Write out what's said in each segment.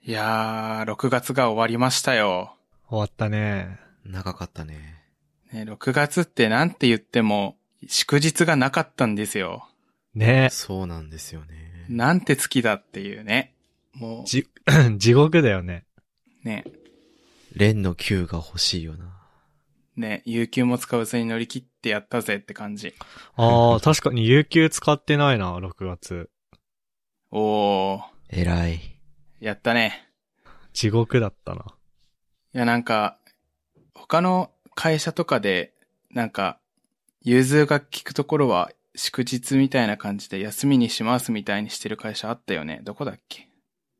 いやー、6月が終わりましたよ。 終わったね。 長かったね。 ね、6月ってなんて言っても、祝日がなかったんですよ。 ね。 そうなんですよね。 なんて月だっていうね。も地獄だよね。 う、ね、 連の9が欲しいよな。 ね、有給も使わずに乗り切ってやったぜって感じ。 ああ、確かに有給使ってないな、6月。 おー、 偉い。 やったね。 地獄だったな。 いやなんか、他の会社とかで、なんか、融通が利くところは祝日みたいな感じで休みにしますみたいにしてる会社あったよね。どこだっけ？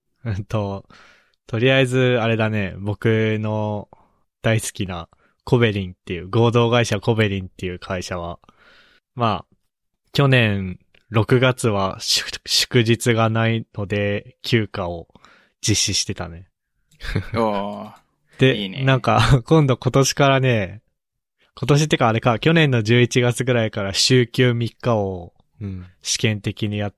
とりあえず、あれだね、僕の大好きなコベリンっていう、合同会社コベリンっていう会社は、まあ、去年6月は祝日がないので、休暇を実施してたね。 おー、 で、 いいね。 なんか、今年からね、今年ってかあれか、去年の11月ぐらいから週休3日を試験的にやって、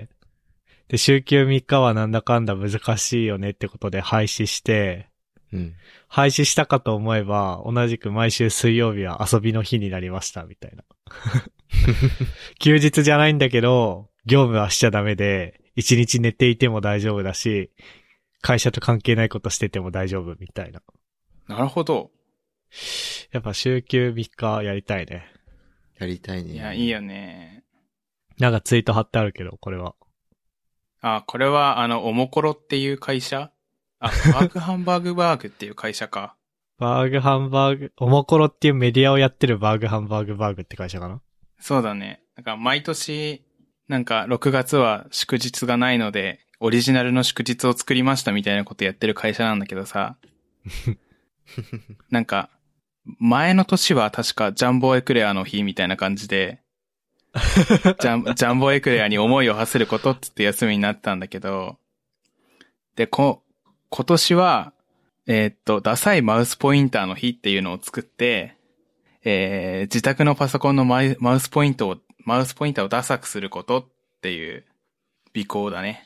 で、週休3日はなんだかんだ難しいよねってことで廃止して、廃止したかと思えば、同じく毎週水曜日は遊びの日になりましたみたいな。休日じゃないんだけど、業務はしちゃダメで、1日寝ていても大丈夫だし、会社と関係ないことしてても大丈夫みたいな。 なるほど。 やっぱ週休3日やりたいね。 やりたいね。 いや、いいよね。 なんかツイート貼ってあるけど、これは。 あ、これはおもころっていう会社？あ、バーグハンバーグバーグっていう会社か。 バーグハンバーグ、おもころっていうメディアをやってるバーグハンバーグバーグって会社かな？ そうだね。なんか毎年、なんか6月は祝日がないので、オリジナルの祝日を作りましたみたいなことやってる会社なんだけどさ。なんか、前の年は確かジャンボエクレアの日みたいな感じで、ジャンボエクレアに思いを馳せることっつって休みになってたんだけど、で、今年は、ダサいマウスポインターの日っていうのを作って、自宅のパソコンのマウスポインターをダサくすることっていう尾行だね。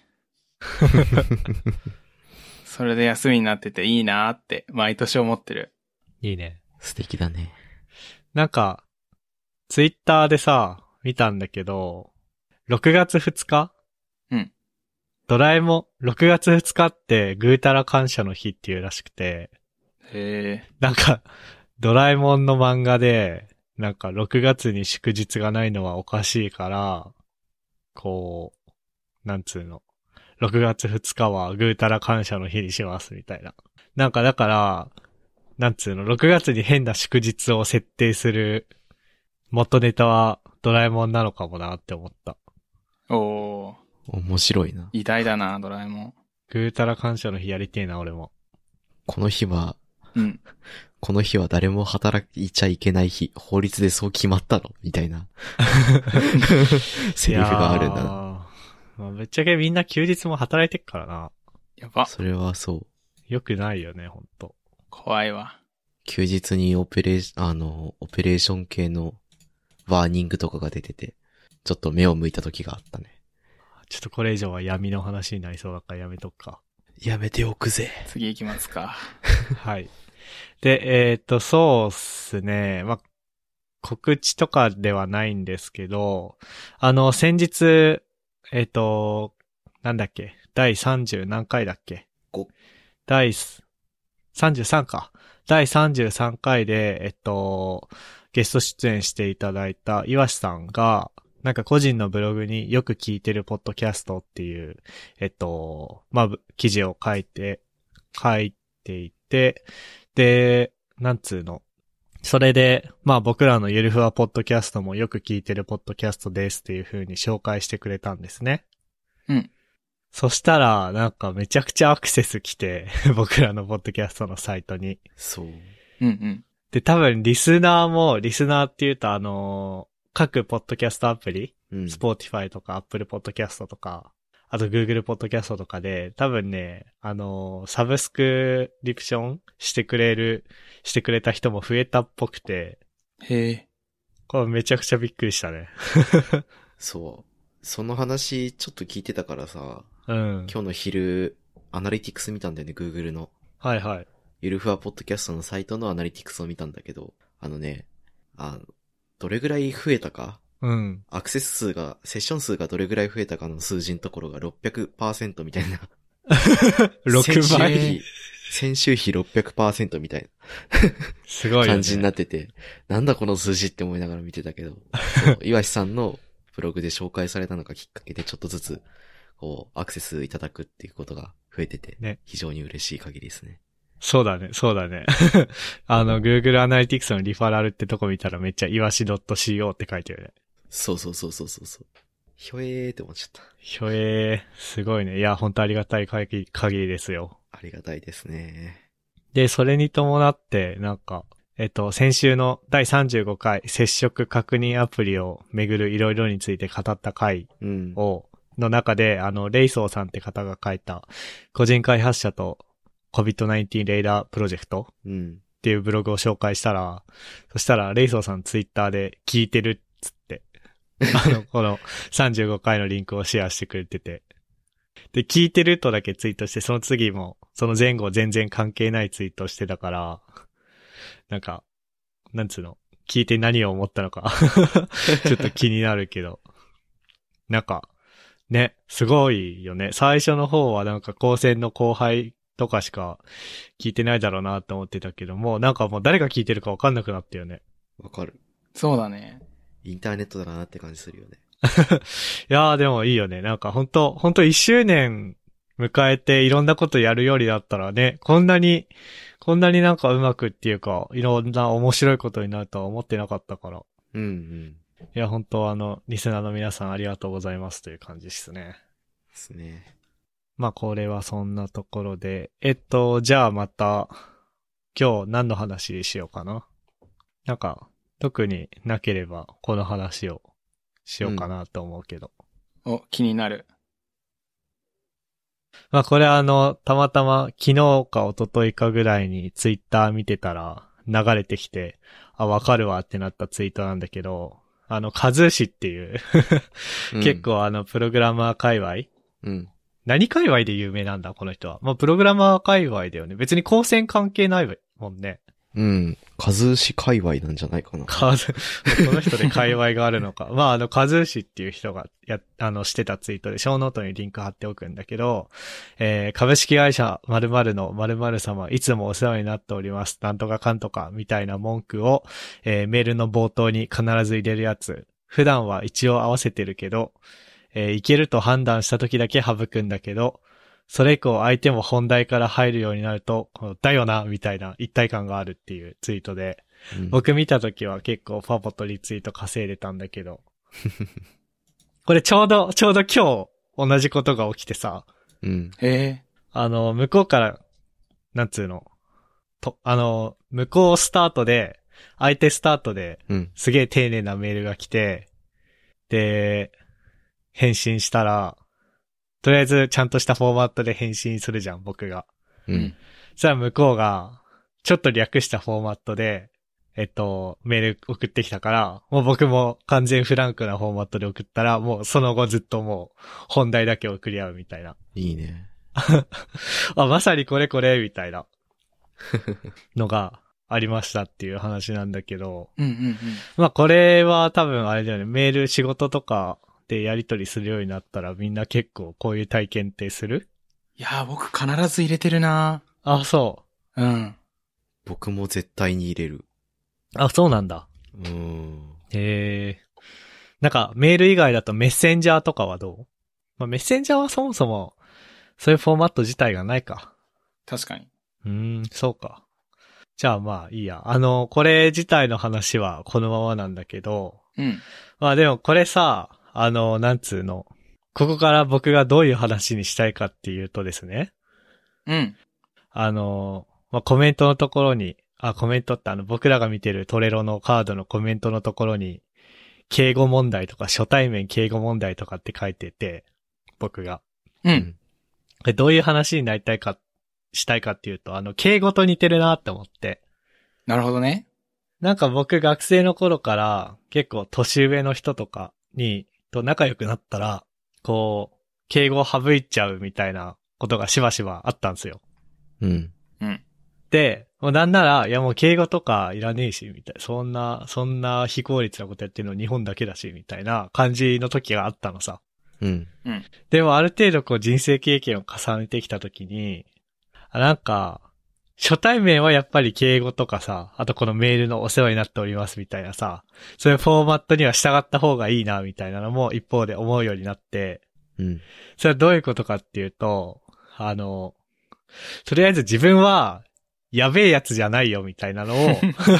それで休みになってていいなーって毎年思ってる。 いいね。 素敵だね。 なんか、ツイッターでさ、見たんだけど、6月2日？ うん。 ドラえもん、6月2日ってぐーたら感謝の日っていうらしくて、 へなんか、ドラえもんの漫画で、なんか6月に祝日がないのはおかしいから、こう、なんつうの。6月2日はぐーたら感謝の日にしますみたいな。なんかだから、なんつうの、6月に変な祝日を設定する元ネタはドラえもんなのかもなって思った。 ー。おー。 面白いな。 偉大だな、ドラえもん。 ぐーたら感謝の日やりてえな、俺も。 この日は、 うん。 この日は誰も働いちゃいけない日、法律でそう決まったのみたいな。セリフがあるんだな。 まあ、ぶっちゃけみんな休日も働いてっからな。 やば。 それはそう。 よくないよね、ほんと。 怖いわ。 休日にオペレーション系のワーニングとかが出てて、ちょっと目を向いた時があったね。 ちょっとこれ以上は闇の話になりそうだからやめとくか。 やめておくぜ。 次行きますか。 はい。で、そうっすね。まあ、告知とかではないんですけど、先日、なんだっけ、第30何回だっけ？ 5。 第33か。第33回で、ゲスト出演していただいた岩志さんが、なんか個人のブログによく聞いてるポッドキャストっていう、まあ、記事を書いていて、で、なんつうの。それで、まあ僕らのゆるふわポッドキャストもよく聞いてるポッドキャストですっていう風に紹介してくれたんですね。 うん。 そしたら、なんかめちゃくちゃアクセス来て、僕らのポッドキャストのサイトに。 そう。 うんうん。 で、多分リスナーって言うと各ポッドキャストアプリ、Spotify とか Apple Podcast とか、あと Google Podcast とかで、多分ね、サブスクリプションしてくれた人も増えたっぽくて、 へえ。 これめちゃくちゃびっくりしたね。 そう。その話ちょっと聞いてたからさ、 うん。 今日の昼、 アナリティクス見たんだよね、Google の。 はいはい。 ゆるふわポッドキャストのサイトのアナリティクスを見たんだけど、どれぐらい増えたか、 うん。 アクセス数が、セッション数がどれぐらい増えたかの数字のところが 600% みたいな。 6倍。 先週比 600% みたいすごいよね。 な感じになってて、なんだこの数字って思いながら見てたけど、岩橋さんのブログで紹介されたのがきっかけでちょっとずつ、こう、アクセスいただくっていうことが増えてて、 ね、 非常に嬉しい限りですね。 そうだね。Google Analytics のリファラルってとこ見たらめっちゃイワシ .co って書いてるね。 そう。ひょえーって思っちゃった。 ひょえー、すごいね。いや、本当ありがたい限りですよ。 ありがたいですね。 で、それに伴って、なんか、先週の第35回接触確認アプリをめぐるいろいろについて語った回を、の中で、レイソーさんって方が書いた、個人開発者とCOVID-19 レーダープロジェクトっていうブログを紹介したら、そしたらレイソーさんツイッターで聞いてるっつって、この35回のリンクをシェアしてくれてて、で、聞いてるとだけツイートして、その次も、その前後全然関係ないツイートしてたから、なんか、なんつうの、聞いて何を思ったのか、ちょっと気になるけど、なんか、ね、すごいよね。最初の方はなんか高専の後輩とかしか聞いてないだろうなって思ってたけども、なんかもう誰が聞いてるかわかんなくなったよね。 わかる。 そうだね。 インターネットだなって感じするよね。 いやーでもいいよね。なんかほんと1周年迎えていろんなことやるよりだったらね、こんなになんかうまくっていうか、いろんな面白いことになるとは思ってなかったから。いや、本当リスナーの皆さんありがとうございますという感じですね。 ですね。 まあ、これはそんなところで、じゃあまた、今日何の話しようかな。なんか、特になければ、この話をしようかなと思うけど。 お、気になる。 まあ、これたまたま昨日か一昨日かぐらいにツイッター見てたら流れてきて、あ、わかるわってなったツイートなんだけど、カズーシっていう結構プログラマー界隈、何界隈で有名なんだこの人は。まあ、プログラマー界隈だよね。別に光線関係ないもんね。 カズーシ界隈なんじゃないかな。 この人で界隈があるのか。まあ、カズーシっていう人がしてたツイートで、小ノートにリンク貼っておくんだけど、株式会社〇〇の〇〇様、いつもお世話になっております。なんとかかんとか、みたいな文句を、メールの冒頭に必ず入れるやつ。普段は一応合わせてるけど、いけると判断した時だけ省くんだけど、それ以降相手も本題から入るようになると、だよな、みたいな一体感があるっていうツイートで、僕見た時は結構パポとリツイート稼いでたんだけど、これちょうど今日同じことが起きてさ、向こうから、なんつうの、向こうスタートで、相手スタートで、すげえ丁寧なメールが来て、で、返信したら、とりあえずちゃんとしたフォーマットで返信するじゃん、僕が。そしたら向こうが、ちょっと略したフォーマットで、メール送ってきたから、もう僕も完全フランクなフォーマットで送ったら、もうその後ずっともう本題だけ送り合うみたいな。 いいね。 あ、まさにこれみたいなのがありましたっていう話なんだけど、まあこれは多分あれだよね、メール仕事とかでやり取りするようになったらみんな結構こういう体験ってする？ いやー僕必ず入れてるな。 あ、そう。 僕も絶対に入れる。 あ、そうなんだ。なんかメール以外だとメッセンジャーとかはどう？まあメッセンジャーはそもそもそういうフォーマット自体がないか。 確かに。 そうか。じゃあまあいいや。これ自体の話はこのままなんだけど。まあでもこれさ、なんつうの。ここから僕がどういう話にしたいかっていうとですね。まあコメントのところに、コメントって僕らが見てるトレロのカードのコメントのところに、敬語問題とか初対面敬語問題とかって書いてて、僕が。どういう話になりたいか、したいかっていうと、敬語と似てるなって思って。 なるほどね。 なんか僕学生の頃から結構年上の人とかと仲良くなったら、こう、敬語を省いちゃうみたいなことがしばしばあったんですよ。 うん。 うん。 で、もうなんなら、いやもう敬語とかいらねえし、みたいな。そんな非効率なことやってるの日本だけだし、みたいな感じの時があったのさ。 うん。 でもある程度こう人生経験を重ねてきた時に、なんか、初対面はやっぱり敬語とかさ、あとこのメールのお世話になっておりますみたいなさ、そういうフォーマットには従った方がいいな、みたいなのも一方で思うようになって、 うん。 それはどういうことかっていうと、とりあえず自分は、やべえやつじゃないよみたいなのを、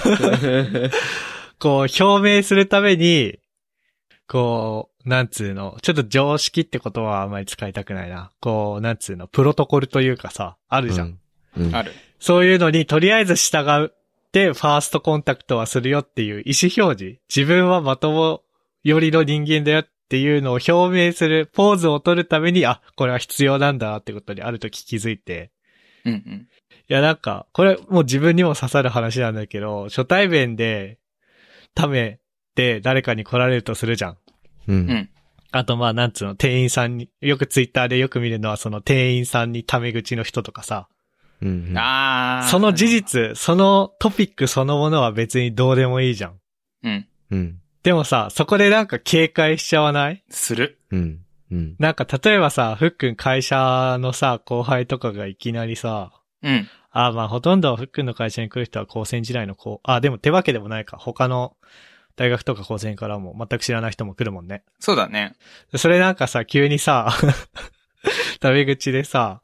こう表明するために、こう、なんつうの、ちょっと常識ってことはあんまり使いたくないな。こう、なんつうの、プロトコルというかさ、あるじゃん。 うん。 ある。 そういうのにとりあえず従ってファーストコンタクトはするよっていう意思表示。自分はまとも寄りの人間だよっていうのを表明する、ポーズを取るために、あ、これは必要なんだなってことにある時気づいて。 うんうん。 いやなんか、これもう自分にも刺さる話なんだけど、初対面で、ためで誰かに来られるとするじゃん。 う。 うんん。 あとまあなんつうの、店員さんに、よくツイッターでよく見るのはその店員さんにタメ口の人とかさ、 うん。 あー。 その事実、そのトピックそのものは別にどうでもいいじゃん。 うん。 うん。 でもさ、そこでなんか警戒しちゃわない？ する。 うん。うん。 なんか例えばさ、ふっくん会社のさ、後輩とかがいきなりさ、 うん。 まあほとんどふっくんの会社に来る人は高専時代のでもってわけでもないか。他の大学とか高専からも全く知らない人も来るもんね。 そうだね。 それなんかさ、急にさ、タメ口でさ、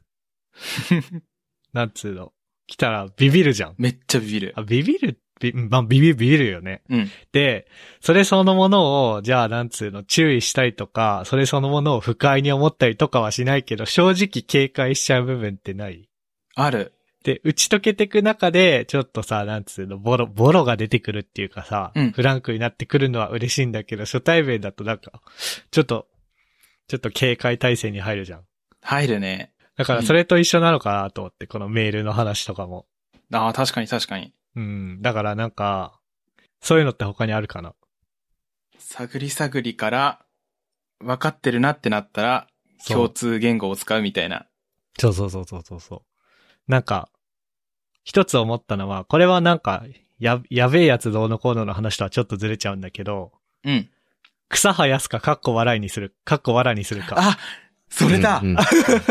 なんつうの、来たらビビるじゃん。 めっちゃビビる。 ビビるまあ、ビビるよね。 うん。 で、それそのものを、じゃあなんつうの、注意したりとか、それそのものを不快に思ったりとかはしないけど、正直警戒しちゃう部分ってない？ ある。 で、打ち解けてく中で、ちょっとさ、なんつうの、ボロが出てくるっていうかさ、 うんフランクになってくるのは嬉しいんだけど、初対面だとなんか、ちょっと警戒態勢に入るじゃん。 入るね。 だからそれと一緒なのかなと思って、このメールの話とかも。 ああ、確かに確かに。 だからなんか、そういうのって他にあるかな？ 探り探りから分かってるなってなったら、 そう共通言語を使うみたいな。 そう。なんか、一つ思ったのは、これはなんか、やべえやつどうのこうのの話とはちょっとずれちゃうんだけど、 うん。 草生やすか、かっこ笑いにするか。 あ、それだ。 うん。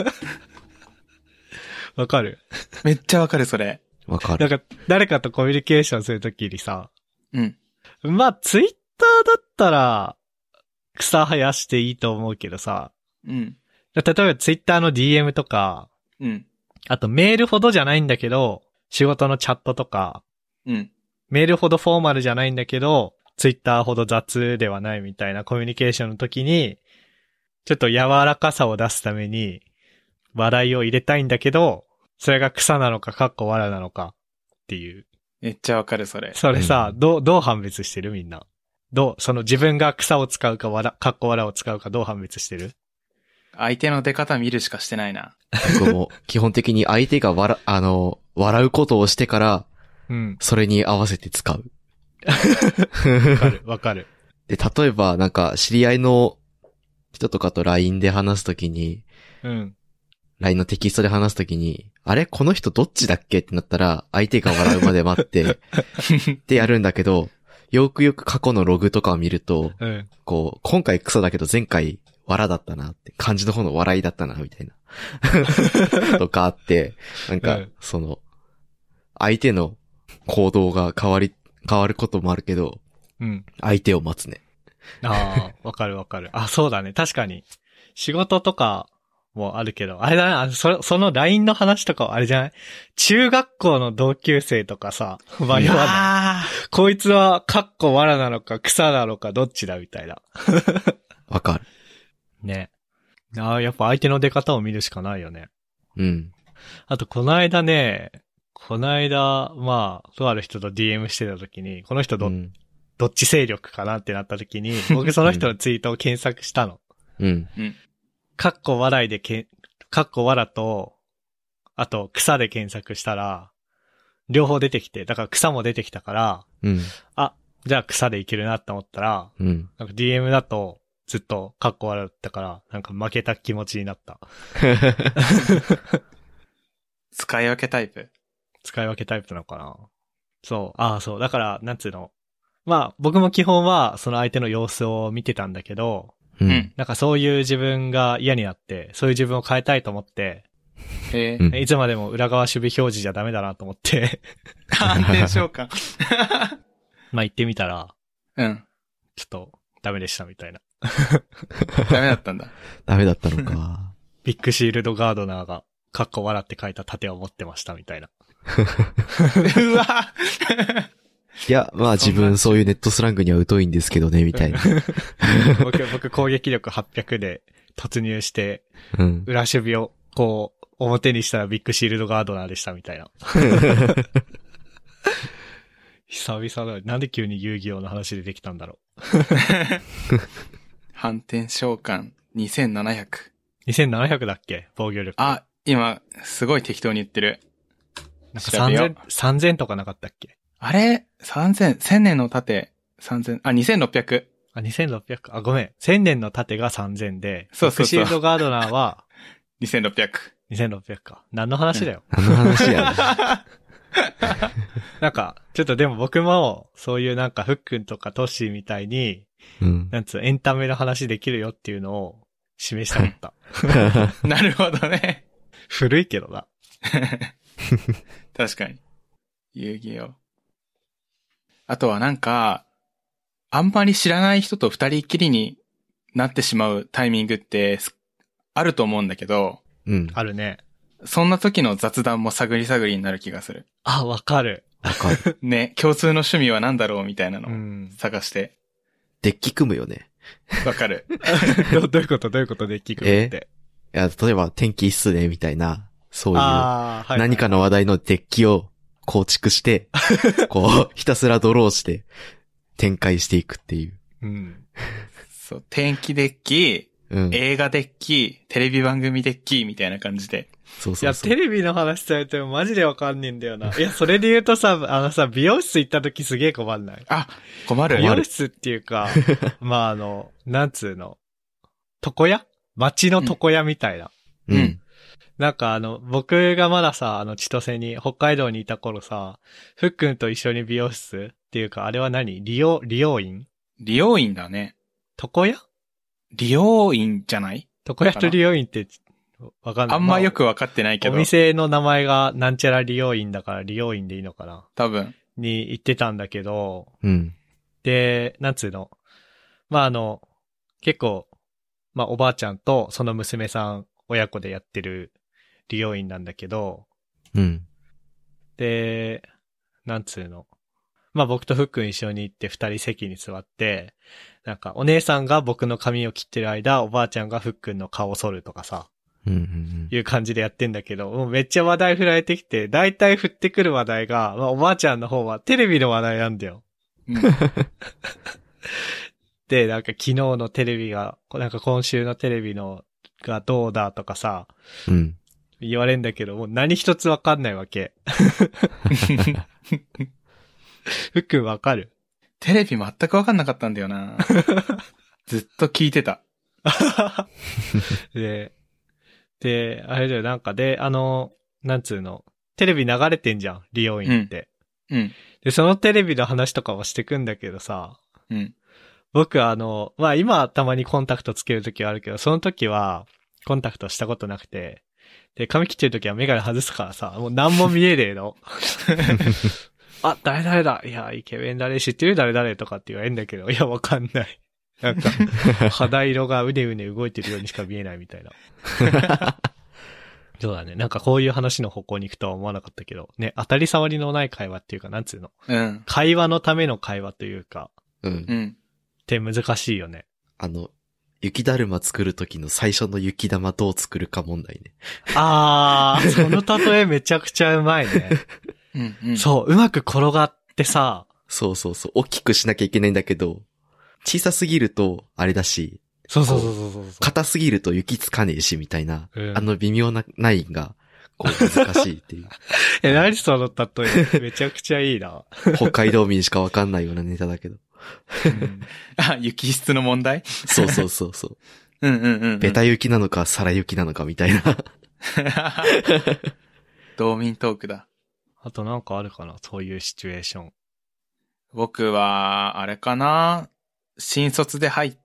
わかる？ めっちゃわかる、それ。 わかる。 なんか、誰かとコミュニケーションするときにさ、 うん。 まあ、ツイッターだったら、草生やしていいと思うけどさ、 うん。 例えばツイッターの DM とか、 うん。 あとメールほどじゃないんだけど、仕事のチャットとか、 うん。 メールほどフォーマルじゃないんだけど、ツイッターほど雑ではないみたいなコミュニケーションの時に、ちょっと柔らかさを出すために、笑いを入れたいんだけど、それが草なのか、かっこ笑なのかっていう。 めっちゃわかる、それ。 それさ、どう判別してるみんな。その自分が草を使うか、かっこ笑を使うかどう判別してる？ 相手の出方見るしかしてないな。 僕も基本的に相手が笑うことをしてから、 うん。 それに合わせて使う。 わかる。 で、例えばなんか知り合いの人とかと LINE で話すときに、 うん。 LINE のテキストで話すときに、あれこの人どっちだっけってなったら、相手が笑うまで待って、ってやるんだけど、よくよく過去のログとかを見ると、 うん。 こう、今回クソだけど前回笑だったなって、漢字の方の笑いだったな、みたいな。とかあって、なんか、 うん相手の行動が変わることもあるけど、 うん。 相手を待つね。 ああ、わかる。あ、そうだね。確かに。仕事とかもあるけど、あれだね。その LINE の話とかはあれじゃない？中学校の同級生とかさ、迷わない。こいつは、かっこわらなのか、草なのか、どっちだみたいな。 わかる。 ね。ああ、やっぱ相手の出方を見るしかないよね。 うん。 あと、この間、まあ、とある人と DM してた時に、この人うん。 どっち勢力かなってなった時に、僕その人のツイートを検索したの。 うん。 かっこ笑いでかっこ笑と、あと草で検索したら、両方出てきて、だから草も出てきたから、 うん。 じゃあ草でいけるなって思ったら、 うん。 なんか DM だと、 ずっとカッコ笑ったから、なんか負けた気持ちになった。 使い分けタイプ。 使い分けタイプなのかな。そう。そう。だから、なんつうの。まあ、僕も基本はその相手の様子を見てたんだけど、 うん。 なんかそういう自分が嫌になって、そういう自分を変えたいと思って、いつまでも裏側守備表示じゃダメだなと思って。 安定召喚。 まあ行ってみたら、 うん。 ちょっとダメでしたみたいな。 ダメだったんだ。 ダメだったのか。 ビッグシールドガードナーが、かっこ笑って書いた盾を持ってましたみたいな。 うわいや、まあ自分そういうネットスラングには疎いんですけどね、みたいな。 僕攻撃力800で突入して、 うん、 裏守備をこう、表にしたらビッグシールドガードナーでしたみたいな。久々だ。なんで急に遊戯王の話でできたんだろう。 反転召喚2700。 2700だっけ防御力。 あ、今、すごい適当に言ってる。 なんか3000とかなかったっけ？ あれ ?1000 年の盾、2600。 2600。ごめん。1000年の盾が3000で、 そうそうそう。 シールドガードナーは、 2600。 2600か。何の話だよ。 何の話やね。 なんか、ちょっとでも僕も、そういうなんか、ふっくんとかトッシーみたいに、 うん、 なんつう、エンタメの話できるよっていうのを示したかった。 なるほどね。 古いけどな。 確かに。遊戯王。あとはなんか、あんまり知らない人と二人きりになってしまうタイミングってあると思うんだけど、 うん。 あるね。 そんな時の雑談も探り探りになる気がする。 わかる。 わかる。 ね、共通の趣味は何だろうみたいなのを探して。 デッキ組むよね。 わかる。 どういうことデッキ組むって。 いや、例えば天気っすね、みたいな、そういう、何かの話題のデッキを構築して、こう、ひたすらドローして展開していくっていう。 うん。 そう、天気デッキ、うん、映画デッキ、テレビ番組デッキみたいな感じで。 そうそうそう。 いや、テレビの話されてもマジでわかんねえんだよな。いや、それで言うとさ、美容室行った時すげえ困んない？ 困る。 美容室っていうか、まあなんつうの、床屋？街の床屋みたいな。 うん。 なんか僕がまださ、千歳に、北海道にいた頃さ、ふっくんと一緒に美容室っていうか、あれは何？理容院？ 理容院だね。 床屋？ 理容院じゃない？ 床屋と理容院ってわかんない。 あんまよくわかってないけど。 お店の名前がなんちゃら理容院だから理容院でいいのかな？ 多分。 に行ってたんだけど、 うん。 で、なんつうの。まあ結構、まあおばあちゃんとその娘さん親子でやってる理容院なんだけど、 うん。 で、なんつうの。まあ僕とふっくん一緒に行って二人席に座って、なんかお姉さんが僕の髪を切ってる間、おばあちゃんがふっくんの顔を剃るとかさ、いう感じでやってんだけど、もうめっちゃ話題振られてきて、だいたい振ってくる話題が、まあおばあちゃんの方はテレビの話題なんだよ。で、なんか昨日のテレビが、なんか今週のテレビのがどうだとかさ、 うん、 言われんだけど、もう何一つわかんないわけ。ふっくんわかる？ テレビ全くわかんなかったんだよな。ずっと聞いてた。で、あれだよ、なんかで、なんつうの、テレビ流れてんじゃん、理容院って。うん。で、そのテレビの話とかはしてくんだけどさ、うん。僕まあ今たまにコンタクトつけるときはあるけど、その時はコンタクトしたことなくて、で、髪切ってるときはメガネ外すからさ、もう何も見えねえの。誰だいや、イケメン誰知ってる誰とかって言われるんだけど、いや、わかんない。なんか、肌色がうねうね動いてるようにしか見えないみたいな。そうだね。なんかこういう話の方向に行くとは思わなかったけど、ね、当たり障りのない会話っていうか、なんつうの。うん。会話のための会話というか。 うん。うん。 って難しいよね。 雪だるま作る時の最初の雪玉どう作るか問題ね。 その例えめちゃくちゃうまいね。うんうん、そう、うまく転がってさ。 そう。大きくしなきゃいけないんだけど、小さすぎると、あれだし。 そう。 硬すぎると雪つかねえし、みたいな。微妙なラインが、こう難しいっていう。 何その例えめちゃくちゃいいな。 北海道民しかわかんないようなネタだけど。 あ、雪質の問題そうそうそうそう。 うんうんうん。 ベタ雪なのか、皿雪なのかみたいな。 道民トークだ。 あとなんかあるかな、そういうシチュエーション。 僕は、あれかな、新卒で入って、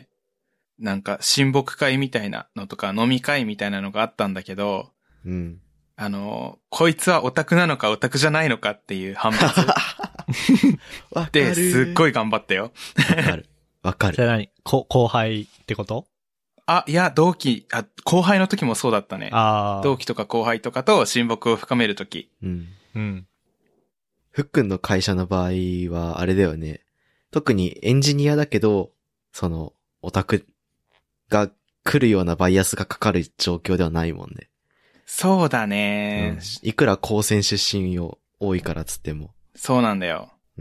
なんか親睦会みたいなのとか飲み会みたいなのがあったんだけど、 うん。 こいつはオタクなのかオタクじゃないのかっていう判別わかる。 で、すっごい頑張ったよ。 わかる。わかる。 それ何後輩ってこと？ いや、後輩の時もそうだったね。 ああ。 同期とか後輩とかと親睦を深める時。 うん。 うん。 ふっくんの会社の場合は、あれだよね。特にエンジニアだけど、オタクが来るようなバイアスがかかる状況ではないもんね。 そうだね、 いくら高専出身多いからつっても。 そうなんだよ。 うん。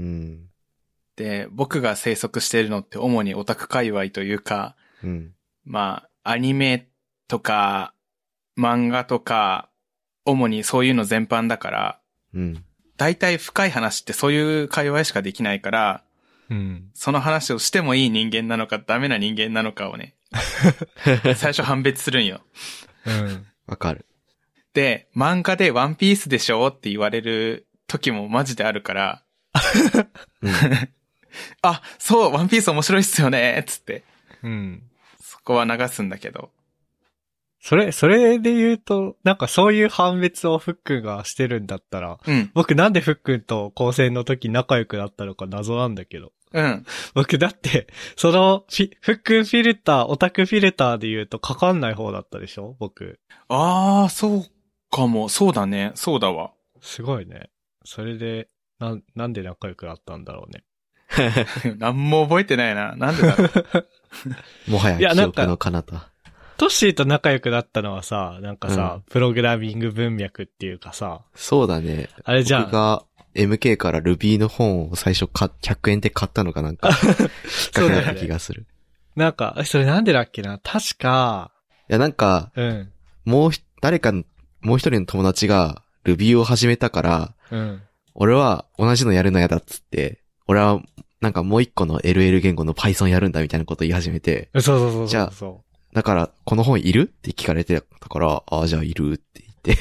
で、僕が生息しているのって主にオタク界隈というか、 うん。 まあ、アニメとか、漫画とか、主にそういうの全般だから、 うん。 大体深い話ってそういう界隈しかできないから、 うん。 その話をしてもいい人間なのかダメな人間なのかをね、最初判別するんよ。 うん。 わかる。 で、漫画でワンピースでしょって言われる時もマジであるから、 うん、 あ、そう、ワンピース面白いっすよねつって。 うん。 そこは流すんだけど。 それで言うと、なんかそういう判別をふっくんがしてるんだったら、 うん。 僕なんでふっくんと高専の時仲良くなったのか謎なんだけど。 うん。 僕だって、ふっくんフィルター、オタクフィルターで言うとかかんない方だったでしょ僕。 あー、そうかも。そうだね。そうだわ。 すごいね。それで、なんで仲良くなったんだろうね。 なんも覚えてないな。なんでだろう。 もはや記憶の彼方。 トッシーと仲良くなったのはさ、なんかさ、プログラミング文脈っていうかさ。 そうだね。 あれじゃん。 僕が MK から Ruby の本を最初100円で買ったのかなんか、きっかけだった気がする。 なんか、それなんでだっけな確か。 いやなんか、 うん。 もう一人の友達が Ruby を始めたから、 うん。 俺は同じのやるの嫌だっつって、俺はなんかもう一個の LL 言語の Python やるんだみたいなことを言い始めて。 そう。 じゃあ、だから、この本いるって聞かれてたから、ああ、じゃあいるって言って。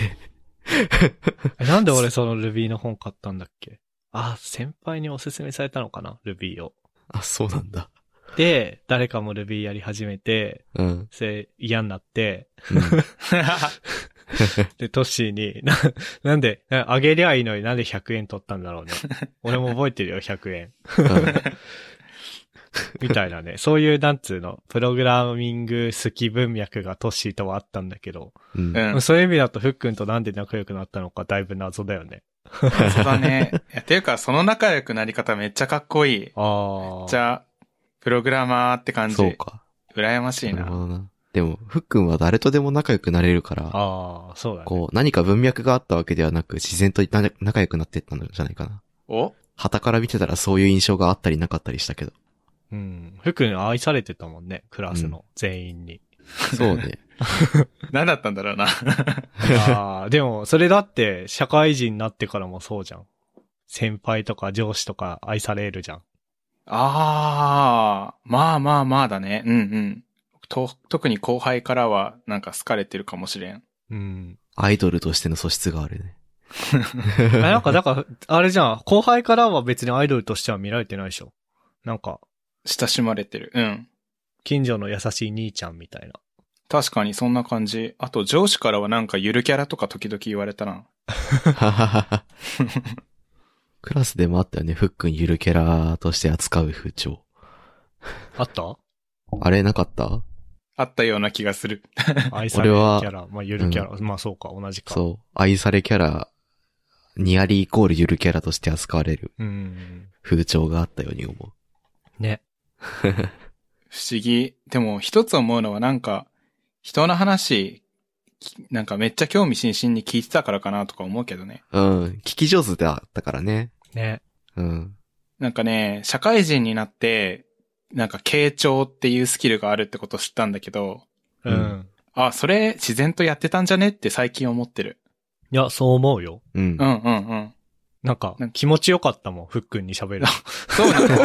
なんで俺その Ruby の本買ったんだっけ？あ、先輩におすすめされたのかな Ruby を。 あ、そうなんだ。 で、誰かも Ruby やり始めて、 うん。 それ嫌になって、 うん、 で、トッシーに、なんで、あげりゃいいのになんで100円取ったんだろうね。俺も覚えてるよ、100円。みたいなね。そういう、なんつうの、プログラミング好き文脈がトッシーとはあったんだけど、 うん。 そういう意味だとフックンとなんで仲良くなったのかだいぶ謎だよね。 そうだね。いや、ていうか、その仲良くなり方めっちゃかっこいい。 ああ。 じゃあ、プログラマーって感じ。 そうか。 羨ましいな。 なるほどな。でも、ふっくんは誰とでも仲良くなれるから、 ああ、そうだね。 こう、何か文脈があったわけではなく、自然と仲良くなっていったんじゃないかな。 お？ 旗から見てたらそういう印象があったりなかったりしたけど。 うん。ふっくん愛されてたもんね、クラスの全員に。 そうね。 何だったんだろうな。 ああ、でも、それだって、社会人になってからもそうじゃん。先輩とか上司とか愛されるじゃん。 ああ、まあだね。うんうん。特に後輩からはなんか好かれてるかもしれん。 うん。 アイドルとしての素質があるね。 なんか、だから、あれじゃん。後輩からは別にアイドルとしては見られてないでしょ。なんか。 親しまれてる。うん。 近所の優しい兄ちゃんみたいな。 確かにそんな感じ。あと上司からはなんかゆるキャラとか時々言われたな。 クラスでもあったよね。ふっくんゆるキャラとして扱う風潮。 あった？ あれなかった？ あったような気がする。 愛されキャラ。まあ、ゆるキャラ。まあ、そうか、同じか。 そう。愛されキャラ、ニアリイコールゆるキャラとして扱われる風潮があったように思う。 ね。 不思議。でも一つ思うのはなんか、人の話、なんかめっちゃ興味津々に聞いてたからかなとか思うけどね。 うん。聞き上手だったからね。 ね。 うん。 なんかね、社会人になって、なんか傾聴っていうスキルがあるってことを知ったんだけど、 うん。 あ、それ自然とやってたんじゃねって最近思ってる。 いや、そう思うよ。 うん。 うんうんうん。 なんか気持ちよかったもん、ふっくんに喋る。 そうなの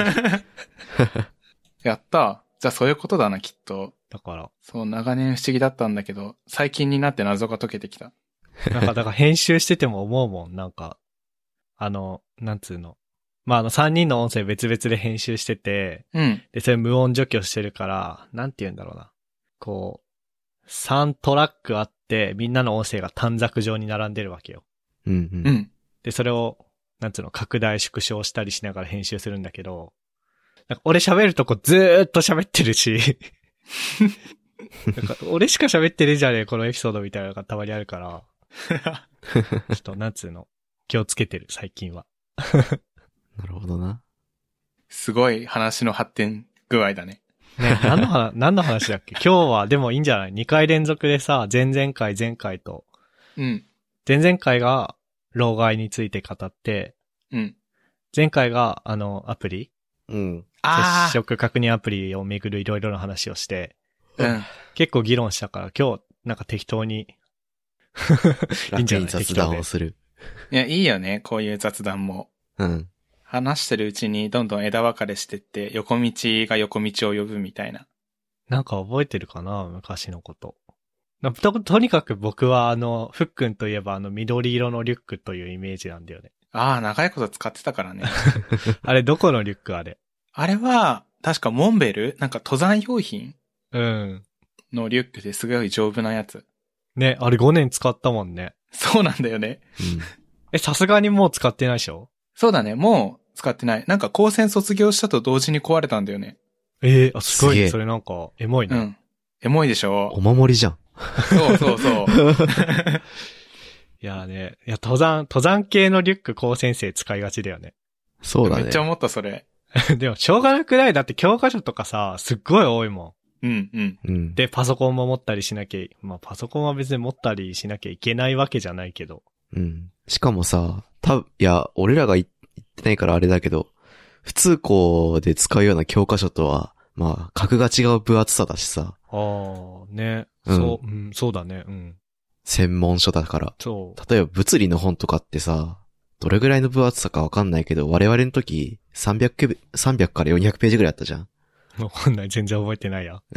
やったじゃあそういうことだな、きっと。 だから。 そう、長年不思議だったんだけど、最近になって謎が解けてきた。 だから編集してても思うもん、なんか、なんつうの。まあ、3人の音声別々で編集してて、 うん。 で、それ無音除去してるから、なんて言うんだろうな。こう、3トラックあって、みんなの音声が短冊状に並んでるわけよ。 うんうん。 うん。 で、それを、なんつうの、拡大縮小したりしながら編集するんだけど、なんか俺喋るとこずーっと喋ってるし、なんか俺しか喋ってるじゃねえ、このエピソードみたいなのがたまにあるから、ちょっと、なんつうの、気をつけてる、最近は。 なるほどな。 すごい話の発展具合だね。 ね、何の話だっけ今日は、でもいいんじゃない ?2 回連続でさ、前々回と、 うん。 前々回が、老害について語って、 うん。 前回が、アプリうん。 接触確認アプリをめぐるいろいろな話をして、 うん。 結構議論したから、今日、なんか適当に、いいんじゃない楽に雑談をする。 いや、いいよね、こういう雑談も。 うん。 話してるうちにどんどん枝分かれしてって、横道が横道を呼ぶみたいな。 なんか覚えてるかな昔のこと。とにかく僕はふっくんといえば緑色のリュックというイメージなんだよね。 ああ、長いこと使ってたからね。 あれどこのリュックあれ？ あれは、確かモンベルなんか登山用品うん。 のリュックですごい丈夫なやつ。 ね、あれ5年使ったもんね。 そうなんだよね。 さすがにもう使ってないでしょ？ そうだね、もう使ってない。なんか高専卒業したと同時に壊れたんだよね。 すごいね。 すげえそれなんか、エモいね。 うん。エモいでしょ？ お守りじゃん。 そうそうそう。 いやね、登山系のリュック高専生使いがちだよね。 そうだね。 めっちゃ思った、それ。 でも、しょうがなくない？だって教科書とかさ、すっごい多いもうん、うん。 うん。 ん。で、パソコンも持ったりしなきゃ、まあパソコンは別に持ったりしなきゃいけないわけじゃないけど。 うん。しかもさ、いや、俺らが言ってないからあれだけど、普通校で使うような教科書とは、まあ、格が違う分厚さだしさ。 ああ、ね。 うんそう、うん、そうだね。うん。 専門書だから。 そう。 例えば物理の本とかってさ、どれぐらいの分厚さかわかんないけど、我々の時、300から400ページぐらいあったじゃん。 わかんない。全然覚えてないや。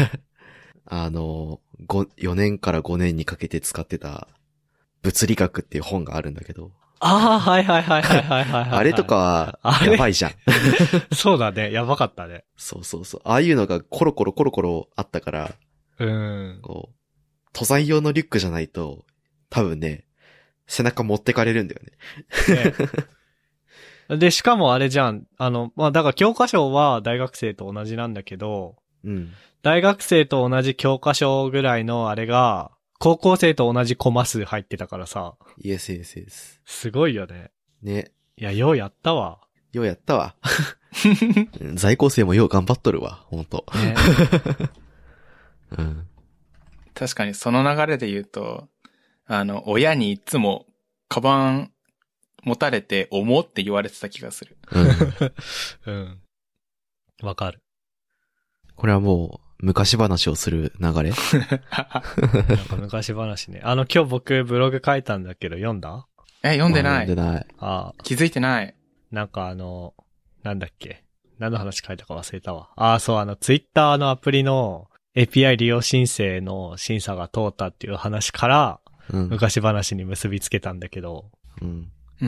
4年から5年にかけて使ってた、物理学っていう本があるんだけど。 ああ、はいはいはいはいはいはい。 あれとかは、やばいじゃん。 そうだね。やばかったね。 そうそうそう。ああいうのがコロコロあったから、こう、登山用のリュックじゃないと、多分ね、背中持ってかれるんだよね。 ねで、しかもあれじゃん。まあ、だから教科書は大学生と同じなんだけど、 うん。 大学生と同じ教科書ぐらいのあれが、高校生と同じコマ数入ってたからさ。 イエスイエスイエス。 すごいよね。 ね。 いや、ようやったわ。 ようやったわ。在校生もよう頑張っとるわ、ほんと。 ね。 うん。 確かにその流れで言うと、親にいつも、カバン持たれて重って言われてた気がする。 うん。わかる。 これはもう、昔話をする流れなんか昔話ね。今日僕ブログ書いたんだけど読んだ？ 読んでない。 読んでない。 気づいてない。 なんかなんだっけ。何の話書いたか忘れたわ。そう、ツイッターのアプリの API 利用申請の審査が通ったっていう話から、 うん、 昔話に結びつけたんだけど、 うん。 うん。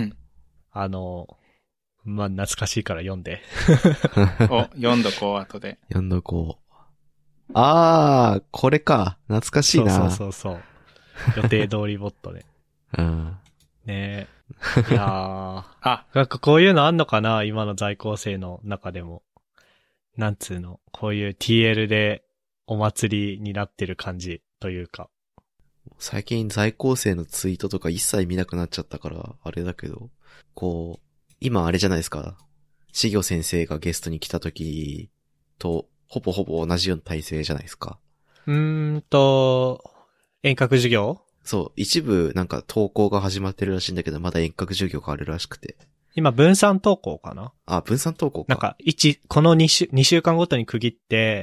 まあ、懐かしいから読んで。 読んどこう、後で。 読んどこう。これか。懐かしいな。 そう。予定通りボットね。 うん。 ねえ。いやー。なんかこういうのあんのかな今の在校生の中でも。なんつうの。こういう TL でお祭りになってる感じというか。 最近在校生のツイートとか一切見なくなっちゃったから、あれだけど。こう、今あれじゃないですか。しぎょ先生がゲストに来た時と、ほぼ同じような体制じゃないですか。 遠隔授業？ そう、一部なんか登校が始まってるらしいんだけど、まだ遠隔授業があるらしくて。 今分散登校かな？ 分散登校か。 なんか、この2週間ごとに区切って、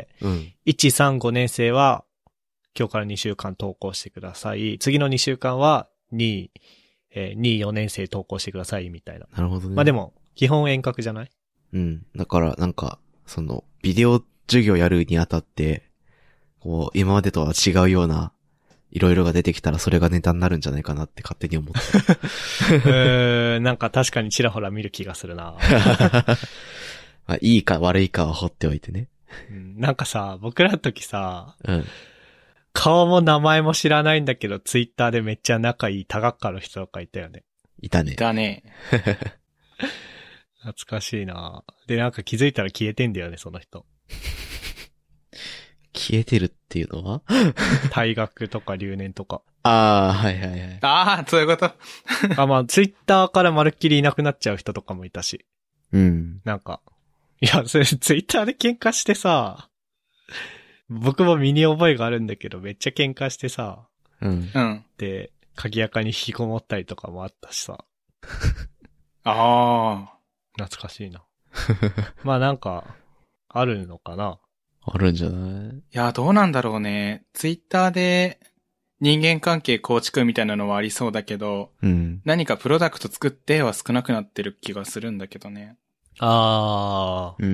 うん。 1、3、5年生は、今日から2週間登校してください。次の2週間は、2、 2、4年生投稿してくださいみたいな。 なるほどね。 まあでも、基本遠隔じゃない？ うん。だからなんか、その、ビデオ授業やるにあたって、こう、今までとは違うような、いろいろが出てきたらそれがネタになるんじゃないかなって勝手に思って。 なんか確かにちらほら見る気がするな。 まあ、いいか悪いかは放っておいてね。 うん、なんかさ、僕らの時さ、 うん。 顔も名前も知らないんだけど、ツイッターでめっちゃ仲いい多学科の人とかいたよね。 いたね。 だね。 懐かしいな。で、なんか気づいたら消えてんだよね、その人。 消えてるっていうのは退学とか留年とか。 ああ、はいはいはい。 ああ、そういうこと。 まあ、ツイッターからまるっきりいなくなっちゃう人とかもいたし。 うん。 なんか、いや、それツイッターで喧嘩してさ、僕も身に覚えがあるんだけど、めっちゃ喧嘩してさ、 うん。 うん。 で、鍵垢に引きこもったりとかもあったしさ、 ああ。 懐かしいな。まあなんか、あるのかな。 あるんじゃない？ いや、どうなんだろうね。ツイッターで人間関係構築みたいなのはありそうだけど、 うん。 何かプロダクト作っては少なくなってる気がするんだけどね。 あー、 うん、うん。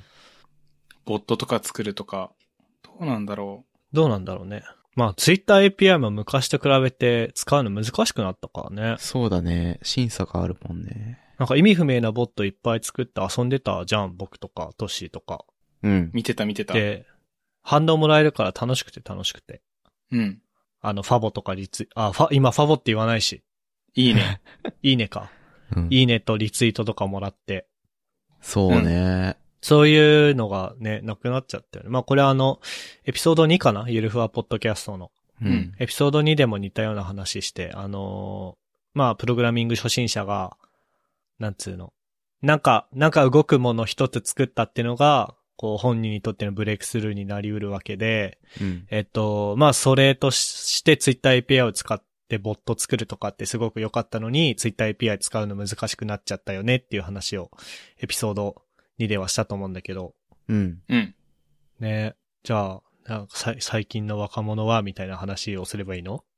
ボットとか作るとか、どうなんだろどうなんだろうね。まあ、ツイッター API も昔と比べて使うの難しくなったからね。 そうだね。審査があるもんね。 なんか意味不明なボットいっぱい作って遊んでたじゃん、僕とか、トッシーとか。 うんう。。見てた。 で、反応もらえるから楽しくて。 うん。 ファボとか今ファボって言わないし。 いいね。 いいねか。 うん、 いいねとリツイートとかもらって。 そうね。 そういうのがね、なくなっちゃったよね。まあこれエピソード2かな？ゆるふわポッドキャストの。 うん。 エピソード2でも似たような話して、まあプログラミング初心者が、なんつうの。なんか動くもの一つ作ったっていうのが、こう本人にとってのブレイクスルーになり得るわけで、 うん。 まあそれとしてツイッター API を使ってボット作るとかってすごく良かったのに、ツイッター API 使うの難しくなっちゃったよねっていう話をエピソード2ではしたと思うんだけど。 うん。 うん。 ね。じゃあ、なんか最近の若者はみたいな話をすればいいの？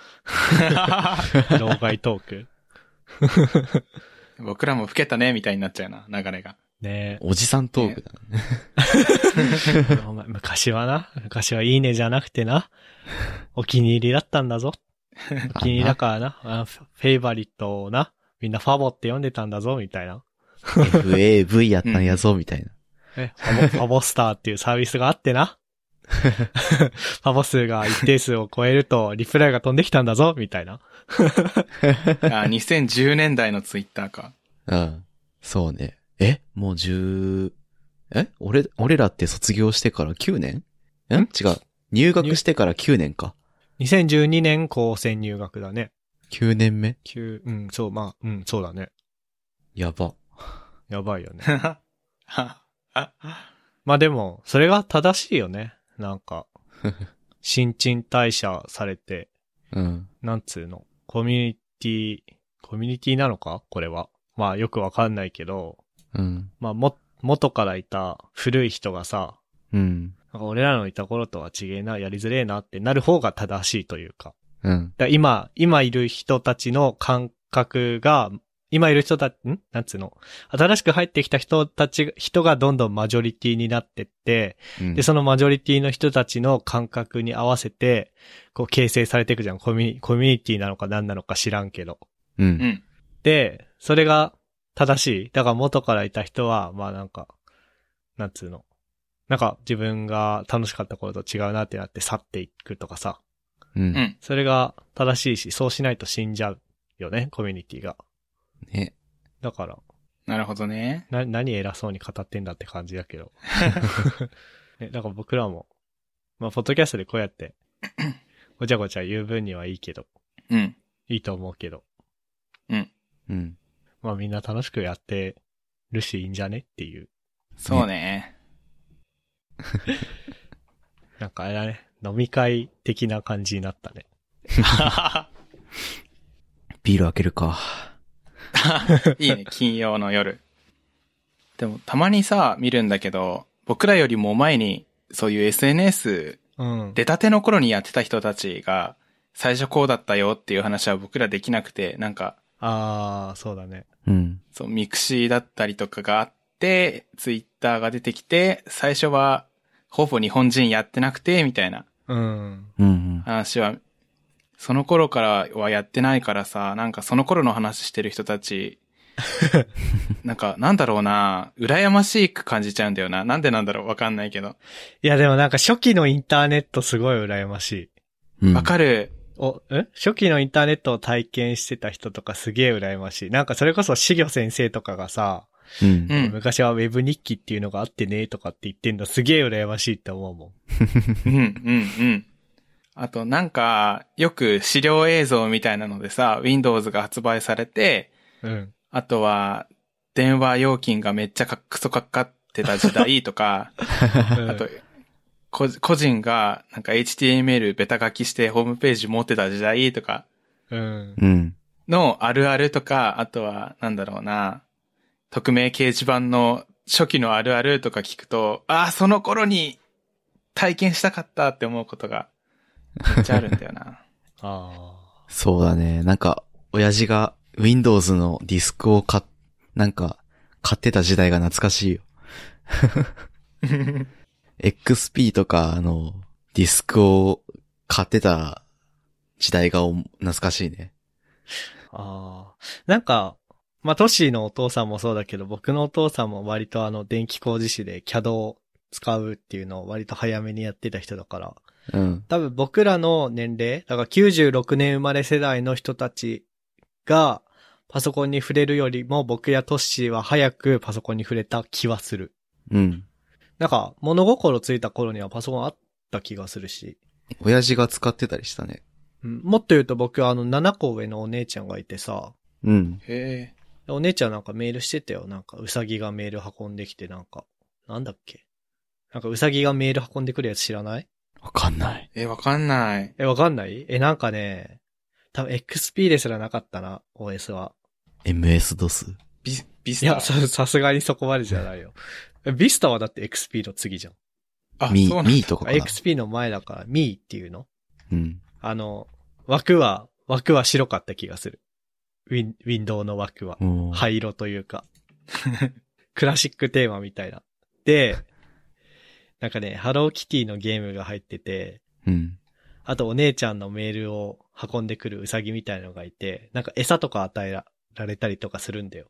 老害トーク。 僕らも老けたね、みたいになっちゃうな、流れが。 ねおじさんトークだね。 お前昔はいいねじゃなくてな、お気に入りだったんだぞ。お気に入りだからな、フェイバリットをな、みんなファボって読んでたんだぞ、みたいな。 FAV やったんやぞ、みたいな。 ファボスターっていうサービスがあってな。ファボ数が一定数を超えるとリプライが飛んできたんだぞ、みたいな。 2010年代のツイッターか。 うん。そうね。もう俺らって卒業してから9年？違う。入学してから9年か。 2012年高専入学だね。 9年目？ そう、まあ、そうだね。 やば。 やばいよね。まあでも、それが正しいよね。なんか、新陳代謝されて、 うん。 なんつうの、コミュニティなのかこれは。まあよくわかんないけど、 うん。 まあ元からいた古い人がさ、 うん。 なんか俺らのいた頃とは違えな、やりづれえなってなる方が正しいというか。 うん。 だ今いる人たちの感覚が、なんつうの、新しく入ってきた人がどんどんマジョリティになってって、 うんで、そのマジョリティの人たちの感覚に合わせて、こう形成されていくじゃん。コミュニティなのか何なのか知らんけど。 う。 うんん。 で、それが正しい。だから元からいた人は、まあなんか、なんつうの。なんか自分が楽しかった頃と違うなってなって去っていくとかさ。 う。 うんん。 それが正しいし、そうしないと死んじゃうよね、コミュニティが。 ね。 だから、 なるほどね。 何偉そうに語ってんだって感じだけど。だから僕らも、まあ、ポッドキャストでこうやって、ごちゃごちゃ言う分にはいいけど、 うん。 いいと思うけど、 うん。 まあみんな楽しくやってるしいいんじゃねっていう。 そうね。 なんかあれだね、飲み会的な感じになったね。 ビール開けるか。 いいね、金曜の夜。でも、たまにさ、見るんだけど、僕らよりも前に、そういう SNS、 うん。 出たての頃にやってた人たちが、 最初こうだったよっていう話は僕らできなくて、なんか、 そうだね。 うん。 そう、ミクシーだったりとかがあって、ツイッターが出てきて、最初はほぼ日本人やってなくて、みたいなうん。 うん。 話は、その頃からはやってないからさ、なんかその頃の話してる人たち、なんか、なんだろうな、羨ましく感じちゃうんだよな。なんでなんだろう、わかんないけど。 いやでもなんか初期のインターネットすごい羨ましい。 うん。 わかる。 初期のインターネットを体験してた人とかすげえ羨ましい。なんかそれこそしぎょ先生とかがさ、 うんう。ん。 昔はウェブ日記っていうのがあってねとかって言ってんのすげえ羨ましいって思うもん。 うん、うん、うん。あと、なんか、よく資料映像みたいなのでさ、Windows が発売されて、 うん。 あとは、電話料金がめっちゃクソかかってた時代とか、あと、個人がなんか HTML ベタ書きしてホームページ持ってた時代とかうん。 うん。 のあるあるとか、あとは、なんだろうな、匿名掲示板の初期のあるあるとか聞くと、ああ、その頃に体験したかったって思うことがめっちゃあるんだよな。 そうだね。なんか、親父が Windows のディスクを買ってた時代が懐かしいよ。XP とか、ディスクを買ってた時代が懐かしいね。 なんか、まあ、トシのお父さんもそうだけど、僕のお父さんも割と電気工事士で CAD を使うっていうのを割と早めにやってた人だから、 うん。 多分僕らの年齢、だから96年生まれ世代の人たちがパソコンに触れるよりも僕やトッシーは早くパソコンに触れた気はする。 うん。 なんか物心ついた頃にはパソコンあった気がするし。 親父が使ってたりしたね。 もっと言うと僕は7個上のお姉ちゃんがいてさ、 うん。 へえ。 お姉ちゃんなんかメールしてたよ。なんかうさぎがメール運んできてなんだっけ？なんかうさぎがメール運んでくるやつ知らない？ わかんない。 わかんない。 わかんない？なんかね、多分 XP ですらなかったな、OS は。 MS-DOS？ ビスタ。 いや、さすがにそこまでじゃないよ。ビスタはだって XP の次じゃん。 あ、 ミそうなんだ。 ーとかかな。 XP の前だから、ミーっていうの？ うん。 枠は白かった気がする。ウィンドウの枠は。 おー灰色というか。クラシックテーマみたいな。で、なんかね、ハローキティのゲームが入ってて、 うん。 あとお姉ちゃんのメールを運んでくるウサギみたいなのがいて、なんか餌とか与えられたりとかするんだよ。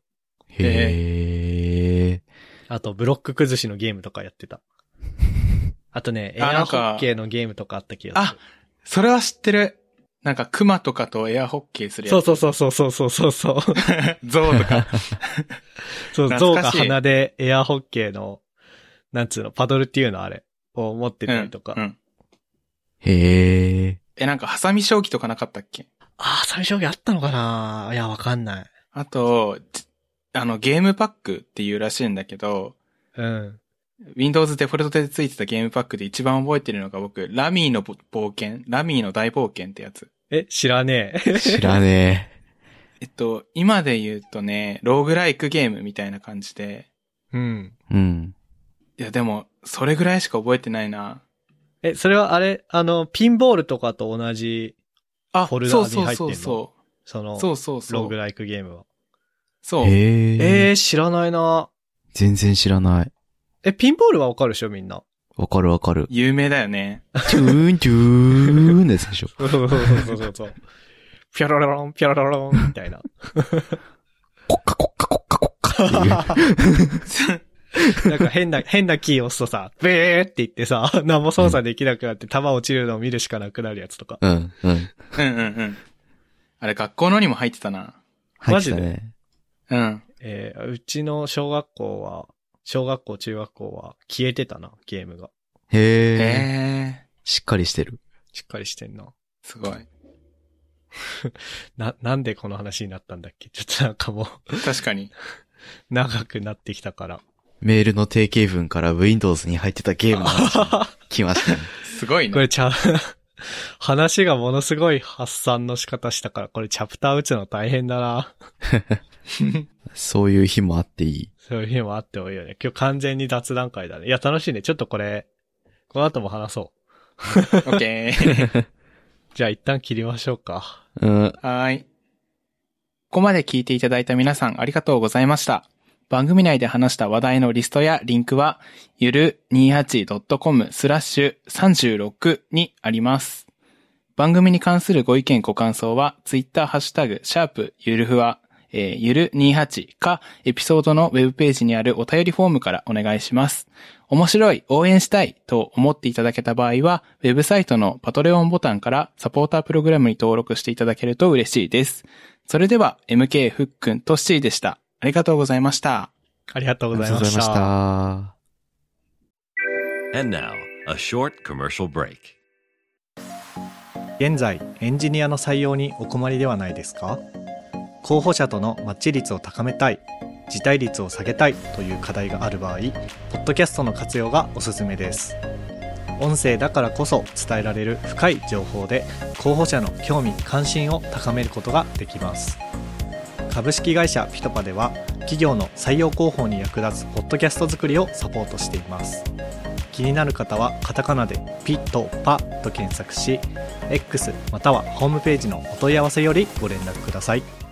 へー。 あとブロック崩しのゲームとかやってた。あとね、エアホッケーのゲームとかあった気がする。 それは知ってる。なんかクマとかとエアホッケーするやつ。 そう。ゾウとか。 そう、 懐かしいゾウが鼻でエアホッケーの、なんつうの、パドルっていうのあれ、を持ってたりとか。 うん。 へー。 なんかハサミ将棋とかなかったっけ？ 最初あったのかないや、わかんない。 あと、ゲームパックっていうらしいんだけど、 うん。 Windows デフォルトでついてたゲームパックで一番覚えてるのが僕、ラミーの大冒険ってやつ。 知らねえ。 知らね今で言うとね、ローグライクゲームみたいな感じで。 うん。 え。うん。 いやでも、それぐらいしか覚えてないな。 それはあれ、ピンボールとかと同じあ、 フォルダに入ってんの？ そう。そう。 ローグライクゲームは。 そう。 へー。 知らないな。 全然知らない。 ピンボールはわかるでしょみんな。 わかる。 有名だよね。 トゥーントゥーンのやつでしょ。 そう。ピャロロロンみたいな。 コッカっていう。 なんか変なキーを押すとさ、ベーって言ってさ、何も操作できなくなって弾落ちるのを見るしかなくなるやつとか。 うん。 あれ学校のにも入ってたな。 入ってたね。 うん。 うちの小学校、中学校は消えてたな、ゲームが。 へー。しっかりしてる。 しっかりしてんな。 すごい。 なんでこの話になったんだっけ？ちょっとなんかもう確かに。 長くなってきたから。 メールの定型文から Windows に入ってたゲームの話来ましたね。 すごいね。 これ話がものすごい発散の仕方したから、これチャプター打つの大変だな。 そういう日もあっていい。 そういう日もあってもいいよね。今日完全に雑談会だね。いや、楽しいね。ちょっとこの後も話そう。 オッケー。 じゃあ一旦切りましょうか。 うん。 はーい。ここまで聞いていただいた皆さんありがとうございました。番組内で話した話題のリストやリンクは、ゆる 28.com/36 にあります。番組に関するご意見ご感想は、ツイッターハッシュタグ、ゆるふわ、ゆる28か、エピソードのウェブページにあるお便りフォームからお願いします。面白い、応援したいと思っていただけた場合は、ウェブサイトのパトレオンボタンからサポータープログラムに登録していただけると嬉しいです。それでは、MK ふっくんとっしーでした。ありがとうございました。 ありがとうございました。 ありがとうございました。 And now, a short commercial break. 現在、エンジニアの採用にお困りではないですか？候補者とのマッチ率を高めたい、辞退率を下げたいという課題がある場合、ポッドキャストの活用がおすすめです。音声だからこそ伝えられる深い情報で、候補者の興味関心を高めることができます。株式会社ピトパでは、企業の採用広報に役立つポッドキャスト作りをサポートしています。気になる方はカタカナでピトパと検索し、X またはホームページのお問い合わせよりご連絡ください。